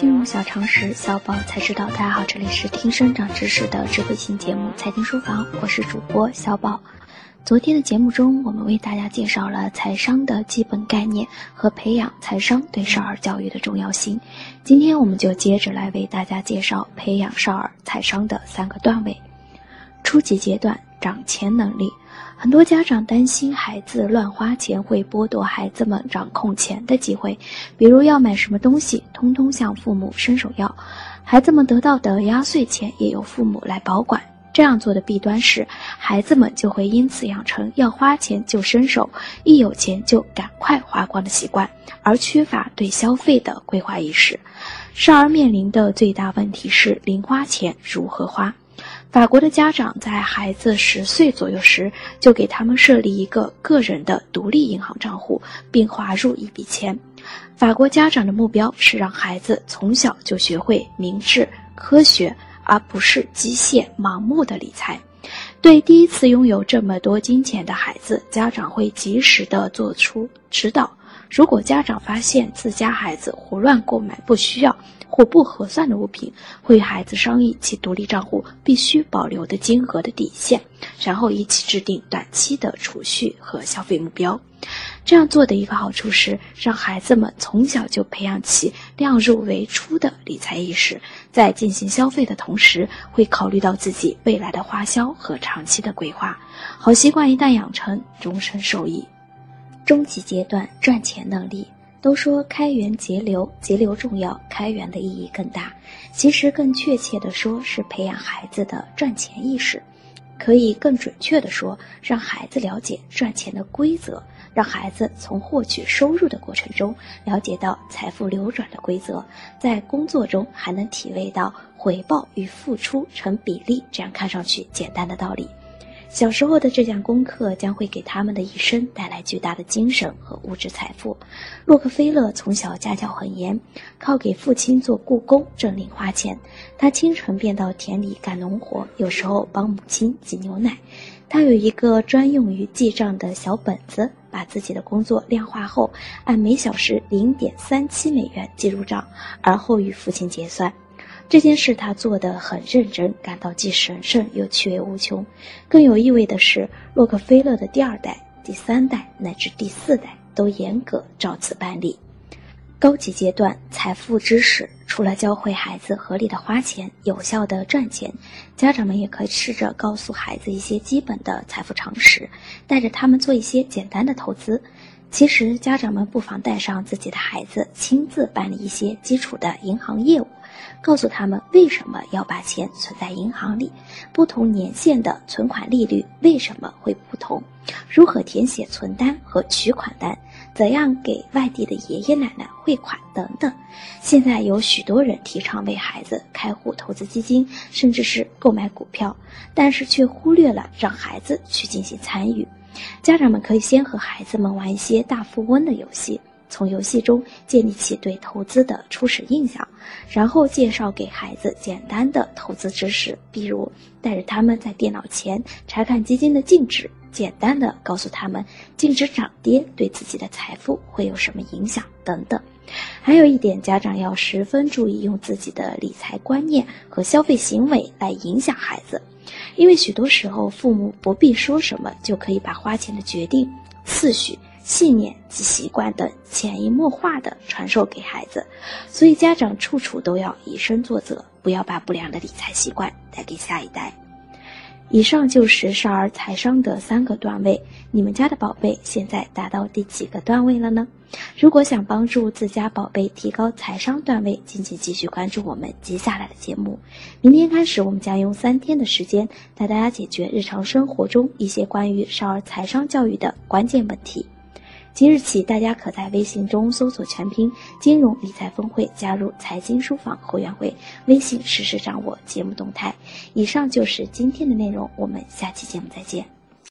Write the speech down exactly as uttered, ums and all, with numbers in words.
金融小常识，小宝才知道。大家好，这里是听生长知识的智慧型节目《财经书房》，我是主播小宝。昨天的节目中，我们为大家介绍了财商的基本概念和培养财商对少儿教育的重要性。今天我们就接着来为大家介绍培养少儿财商的三个段位。初级阶段，掌钱能力。很多家长担心孩子乱花钱会剥夺孩子们掌控钱的机会，比如要买什么东西，通通向父母伸手要，孩子们得到的压岁钱也由父母来保管。这样做的弊端是，孩子们就会因此养成要花钱就伸手，一有钱就赶快花光的习惯，而缺乏对消费的规划意识。少儿面临的最大问题是零花钱如何花。法国的家长在孩子十岁左右时，就给他们设立一个个人的独立银行账户，并划入一笔钱。法国家长的目标是让孩子从小就学会明智、科学，而不是机械、盲目的理财。对第一次拥有这么多金钱的孩子，家长会及时地做出指导。如果家长发现自家孩子胡乱购买不需要或不合算的物品，会与孩子商议其独立账户必须保留的金额的底线，然后一起制定短期的储蓄和消费目标。这样做的一个好处是，让孩子们从小就培养起量入为出的理财意识，在进行消费的同时，会考虑到自己未来的花销和长期的规划。好习惯一旦养成，终身受益。中级阶段，赚钱能力。都说开源节流，节流重要，开源的意义更大。其实更确切地说，是培养孩子的赚钱意识。可以更准确地说，让孩子了解赚钱的规则，让孩子从获取收入的过程中了解到财富流转的规则，在工作中还能体味到回报与付出成比例这样看上去简单的道理。小时候的这项功课将会给他们的一生带来巨大的精神和物质财富。洛克菲勒从小家教很严，靠给父亲做雇工挣零花钱。他清晨便到田里干农活，有时候帮母亲挤牛奶。他有一个专用于记账的小本子，把自己的工作量化后，按每小时 零点三七美元记入账，而后与父亲结算。这件事他做得很认真，感到既神圣又趣味无穷。更有意味的是，洛克菲勒的第二代、第三代乃至第四代都严格照此办理。高级阶段，财富知识。除了教会孩子合理的花钱、有效的赚钱，家长们也可以试着告诉孩子一些基本的财富常识，带着他们做一些简单的投资。其实家长们不妨带上自己的孩子，亲自办理一些基础的银行业务，告诉他们为什么要把钱存在银行里，不同年限的存款利率为什么会不同，如何填写存单和取款单，怎样给外地的爷爷奶奶汇款等等。现在有许多人提倡为孩子开户投资基金，甚至是购买股票，但是却忽略了让孩子去进行参与。家长们可以先和孩子们玩一些大富翁的游戏，从游戏中建立起对投资的初始印象，然后介绍给孩子简单的投资知识，比如带着他们在电脑前查看基金的净值，简单的告诉他们净值涨跌对自己的财富会有什么影响等等。还有一点，家长要十分注意用自己的理财观念和消费行为来影响孩子，因为许多时候父母不必说什么就可以把花钱的决定、次序、信念及习惯等潜移默化地传授给孩子，所以家长处处都要以身作则，不要把不良的理财习惯带给下一代。以上就是少儿财商的三个段位，你们家的宝贝现在达到第几个段位了呢？如果想帮助自家宝贝提高财商段位，敬请继续关注我们接下来的节目。明天开始，我们将用三天的时间带大家解决日常生活中一些关于少儿财商教育的关键问题。即日起，大家可在微信中搜索全拼金融理财峰会，加入财经书房会员会，微信实时掌握节目动态。以上就是今天的内容，我们下期节目再见。